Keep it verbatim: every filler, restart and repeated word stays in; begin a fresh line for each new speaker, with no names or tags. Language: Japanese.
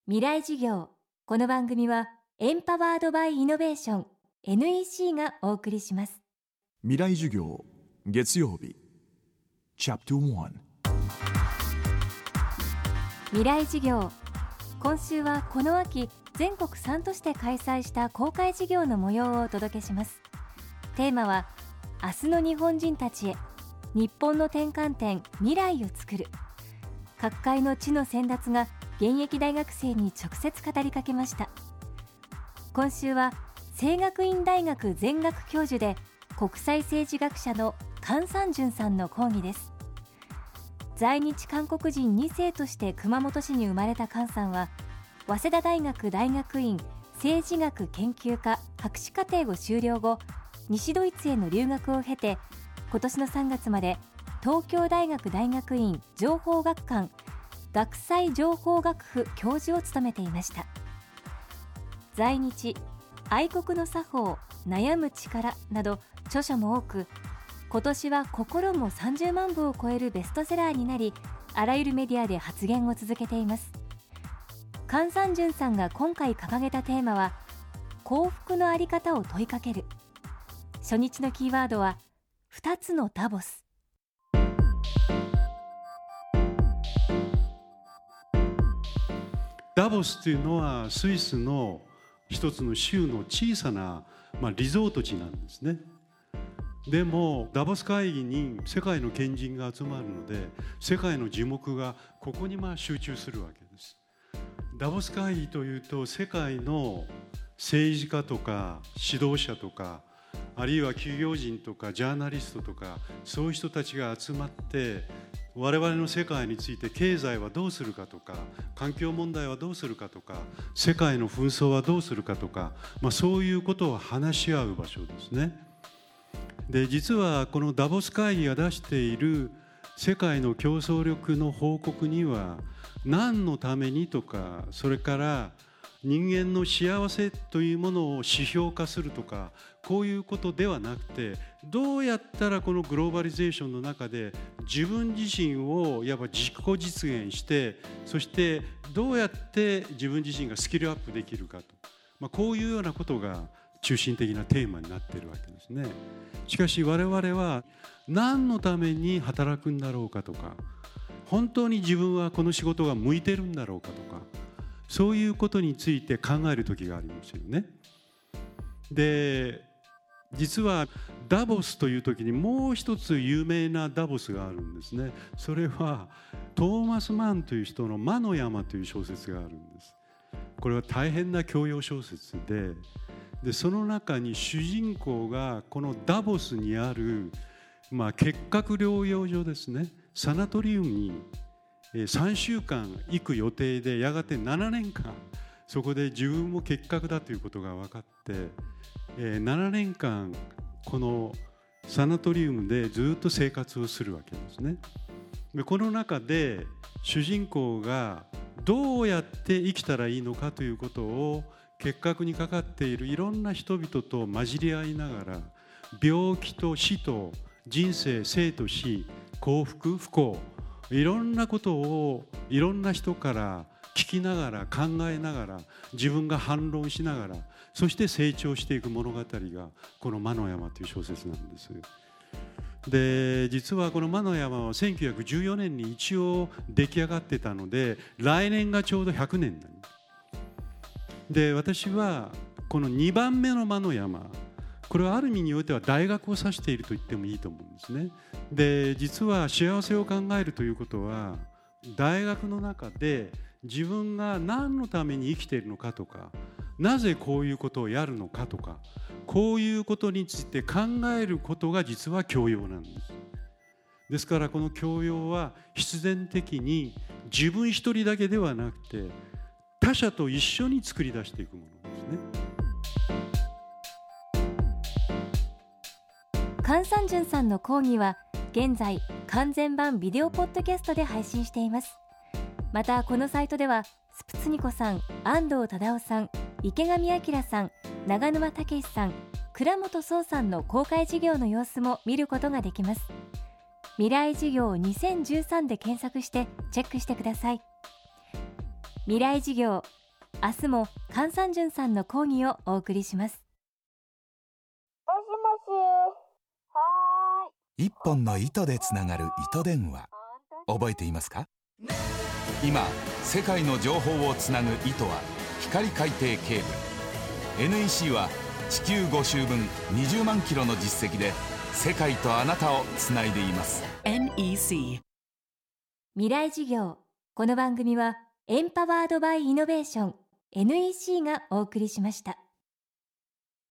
未来授業。この番組はエンパワードバイイノベーション エヌイーシー がお送りします。
未来授業月曜日チャプターワン
未来授業。今週はこの秋全国さん都市で開催した公開授業の模様をお届けします。テーマは明日の日本人たちへ、日本の転換点未来をつくる。各界の知の先達が現役大学生に直接語りかけました。今週は聖学院大学全学教授で国際政治学者の菅三淳さんの講義です。在日韓国人に世として熊本市に生まれた菅さんは、早稲田大学大学院政治学研究科博士課程を修了後、西ドイツへの留学を経て、今年のさんがつまで東京大学大学院情報学館学際情報学府教授を務めていました。在日、愛国の作法、悩む力など著書も多く、今年は心もさんじゅうまんぶを超えるベストセラーになり、あらゆるメディアで発言を続けています。菅三淳さんが今回掲げたテーマは、幸福のあり方を問いかける。初日のキーワードはふたつのダボス。
ダボスというのはスイスの一つの州の小さな、まあ、リゾート地なんですね。でもダボス会議に世界の賢人が集まるので、世界の耳目がここにまあ集中するわけです。ダボス会議というと、世界の政治家とか指導者とか、あるいは企業人とかジャーナリストとか、そういう人たちが集まって、我々の世界について経済はどうするかとか、環境問題はどうするかとか、世界の紛争はどうするかとか、まあ、そういうことを話し合う場所ですね。で、実はこのダボス会議が出している世界の競争力の報告には、何のためにとか、それから人間の幸せというものを指標化するとか、こういうことではなくて、どうやったらこのグローバリゼーションの中で自分自身をいわば自己実現して、そしてどうやって自分自身がスキルアップできるかと、まあ、こういうようなことが中心的なテーマになっているわけですね。しかし我々は何のために働くんだろうかとか、本当に自分はこの仕事が向いてるんだろうかとか、そういうことについて考える時がありますよね。で、実はダボスという時にもう一つ有名なダボスがあるんですね。それはトーマス・マンという人の魔の山という小説があるんです。これは大変な教養小説で、でその中に主人公がこのダボスにある、まあ、結核療養所ですね、サナトリウムにさんしゅうかん行く予定で、やがてななねんかんそこで自分も結核だということが分かって、ななねんかんこのサナトリウムでずっと生活をするわけですね。でこの中で主人公がどうやって生きたらいいのかということを、結核にかかっているいろんな人々と混じり合いながら、病気と死と人生、生と死、幸福、不幸、いろんなことをいろんな人から聞きながら、考えながら、自分が反論しながら、そして成長していく物語がこの魔の山という小説なんです。で、実はこの魔の山はせんきゅうひゃくじゅうよねんに一応出来上がってたので、来年がちょうどひゃくねんになります。で、私はこのにばんめの魔の山、これはある意味においては大学を指していると言ってもいいと思うんですね。で、実は幸せを考えるということは、大学の中で自分が何のために生きているのかとか、なぜこういうことをやるのかとか、こういうことについて考えることが実は教養なんです。ですからこの教養は必然的に自分一人だけではなくて、他者と一緒に作り出していくものですね。
菅三淳さんの講義は現在完全版ビデオポッドキャストで配信しています。またこのサイトではスプツニコさん、安藤忠雄さん、池上彰さん、長沼武さん、倉本壮さんの公開授業の様子も見ることができます。未来授業にせんじゅうさんで検索してチェックしてください。未来授業明日も菅三淳さんの講義をお送りします。
もしもし、はーい。
一本の糸でつながる糸電話、覚えていますか？今世界の情報をつなぐ糸は光海底ケーブル。 エヌイーシー は地球ご周分にじゅうまんキロの実績で世界とあなたをつないでいます。 エヌイーシー
未来事業。この番組はエンパワードバイイノベーション エヌイーシー がお送りしました。